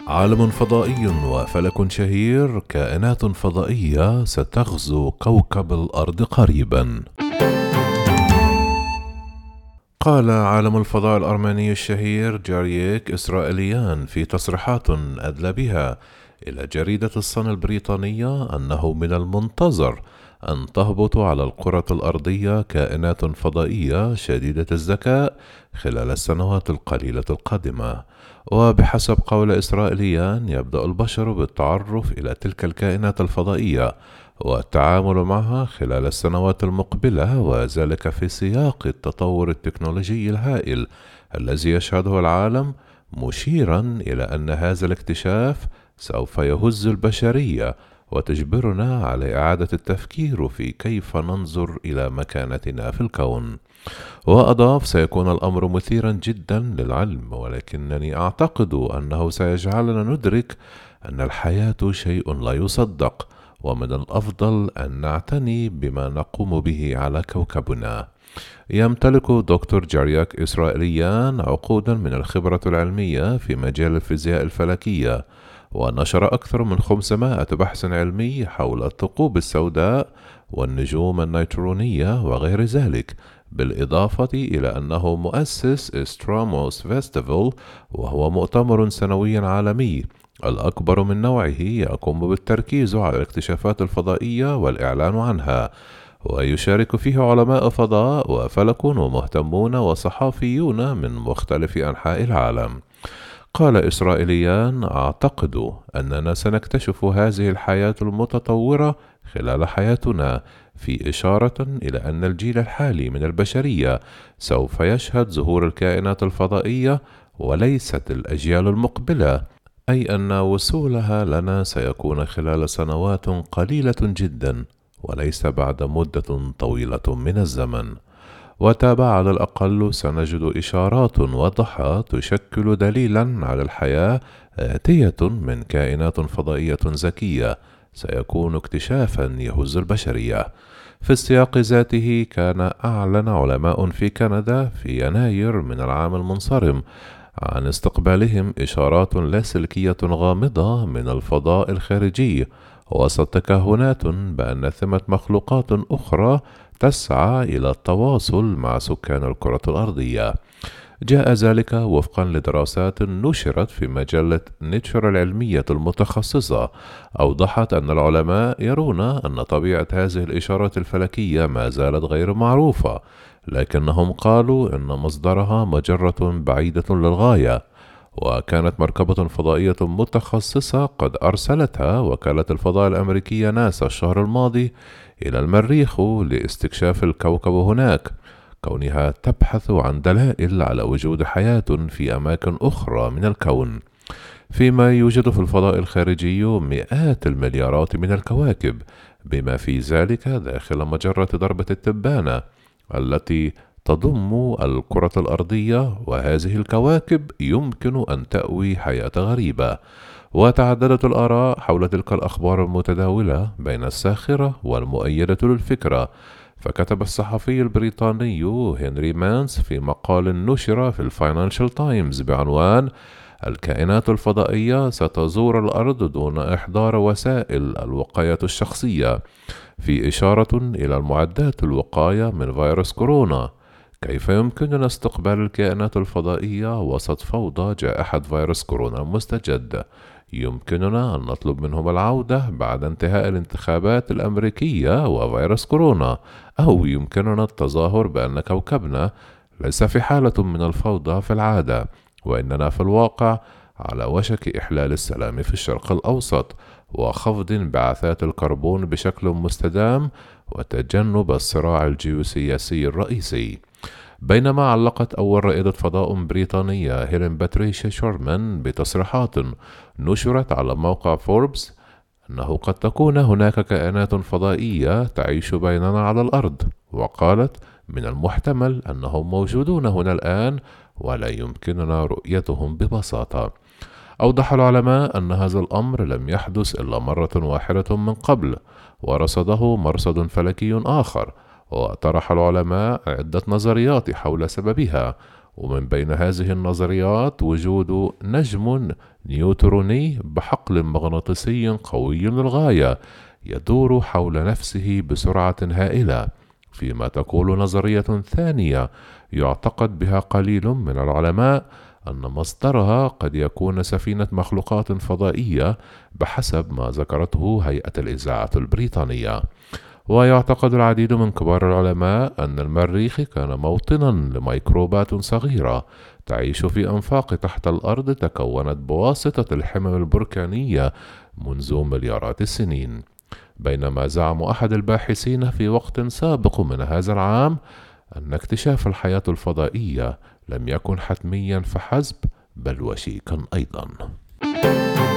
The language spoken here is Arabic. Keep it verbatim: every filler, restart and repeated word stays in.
عالم فضائي وفلك شهير، كائنات فضائية ستغزو كوكب الأرض قريبا. قال عالم الفضاء الأرمني الشهير جارييك إسرائيليان في تصريحات أدلى بها إلى جريدة الصن البريطانية أنه من المنتظر أن تهبط على الكرة الأرضية كائنات فضائية شديدة الذكاء خلال السنوات القليلة القادمة. وبحسب قول إسرائيليان، يبدأ البشر بالتعرف إلى تلك الكائنات الفضائية والتعامل معها خلال السنوات المقبلة، وذلك في سياق التطور التكنولوجي الهائل الذي يشهده العالم، مشيرا إلى أن هذا الاكتشاف سوف يهز البشرية وتجبرنا على إعادة التفكير في كيف ننظر إلى مكانتنا في الكون. وأضاف: سيكون الأمر مثيرا جدا للعلم، ولكنني أعتقد أنه سيجعلنا ندرك أن الحياة شيء لا يصدق، ومن الأفضل أن نعتني بما نقوم به على كوكبنا. يمتلك دكتور جارييك إسرائيليان عقودا من الخبرة العلمية في مجال الفيزياء الفلكية، ونشر أكثر من خمسمائة بحث علمي حول الثقوب السوداء والنجوم النيترونية وغير ذلك، بالإضافة إلى أنه مؤسس استراموس فيستيفال، وهو مؤتمر سنوي عالمي الأكبر من نوعه يقوم بالتركيز على الاكتشافات الفضائية والإعلان عنها، ويشارك فيه علماء فضاء وفلك ومهتمون وصحافيون من مختلف أنحاء العالم. قال إسرائيليان: أعتقد أننا سنكتشف هذه الحياة المتطورة خلال حياتنا، في إشارة إلى أن الجيل الحالي من البشرية سوف يشهد ظهور الكائنات الفضائية وليست الأجيال المقبلة، أي أن وصولها لنا سيكون خلال سنوات قليلة جدا وليس بعد مدة طويلة من الزمن. وتابع: على الأقل سنجد إشارات واضحة تشكل دليلا على الحياة آتية من كائنات فضائية ذكية، سيكون اكتشافا يهز البشرية. في السياق ذاته، كان أعلن علماء في كندا في يناير من العام المنصرم عن استقبالهم إشارات لاسلكية غامضة من الفضاء الخارجي، وسط تكهنات بأن ثمة مخلوقات أخرى تسعى إلى التواصل مع سكان الكرة الأرضية. جاء ذلك وفقا لدراسات نشرت في مجلة نيتشر العلمية المتخصصة، أوضحت أن العلماء يرون أن طبيعة هذه الإشارات الفلكية ما زالت غير معروفة، لكنهم قالوا إن مصدرها مجرة بعيدة للغاية. وكانت مركبة فضائية متخصصة قد أرسلتها وكالة الفضاء الأمريكية ناسا الشهر الماضي إلى المريخ لاستكشاف الكوكب هناك، كونها تبحث عن دلائل على وجود حياة في أماكن أخرى من الكون، فيما يوجد في الفضاء الخارجي مئات المليارات من الكواكب، بما في ذلك داخل مجرة دربة التبانة التي تضم الكرة الأرضية، وهذه الكواكب يمكن أن تأوي حياة غريبة. وتعددت الآراء حول تلك الأخبار المتداولة بين الساخرة والمؤيدة للفكرة. فكتب الصحفي البريطاني هنري مانس في مقال نشر في الفاينانشال تايمز بعنوان: الكائنات الفضائية ستزور الأرض دون إحضار وسائل الوقاية الشخصية، في إشارة إلى المعدات الوقاية من فيروس كورونا. كيف يمكننا استقبال الكائنات الفضائية وسط فوضى جائحة فيروس كورونا المستجد؟ يمكننا أن نطلب منهم العودة بعد انتهاء الانتخابات الأمريكية وفيروس كورونا، أو يمكننا التظاهر بأن كوكبنا ليس في حالة من الفوضى في العادة، وإننا في الواقع على وشك إحلال السلام في الشرق الأوسط وخفض انبعاثات الكربون بشكل مستدام وتجنب الصراع الجيوسياسي الرئيسي. بينما علقت أول رائدة فضاء بريطانية هيلين باتريشيا شورمان بتصريحات نشرت على موقع فوربس أنه قد تكون هناك كائنات فضائية تعيش بيننا على الأرض، وقالت: من المحتمل أنهم موجودون هنا الآن ولا يمكننا رؤيتهم ببساطة. أوضح العلماء أن هذا الأمر لم يحدث إلا مرة واحدة من قبل، ورصده مرصد فلكي آخر، وطرح العلماء عدة نظريات حول سببها، ومن بين هذه النظريات وجود نجم نيوتروني بحقل مغناطيسي قوي للغاية يدور حول نفسه بسرعة هائلة، فيما تقول نظرية ثانية يعتقد بها قليل من العلماء أن مصدرها قد يكون سفينة مخلوقات فضائية بحسب ما ذكرته هيئة الإذاعة البريطانية. ويعتقد العديد من كبار العلماء أن المريخ كان موطنا لميكروبات صغيرة تعيش في أنفاق تحت الأرض تكونت بواسطة الحمم البركانية منذ مليارات السنين، بينما زعم أحد الباحثين في وقت سابق من هذا العام أن اكتشاف الحياة الفضائية لم يكن حتميا فحسب بل وشيكا أيضا.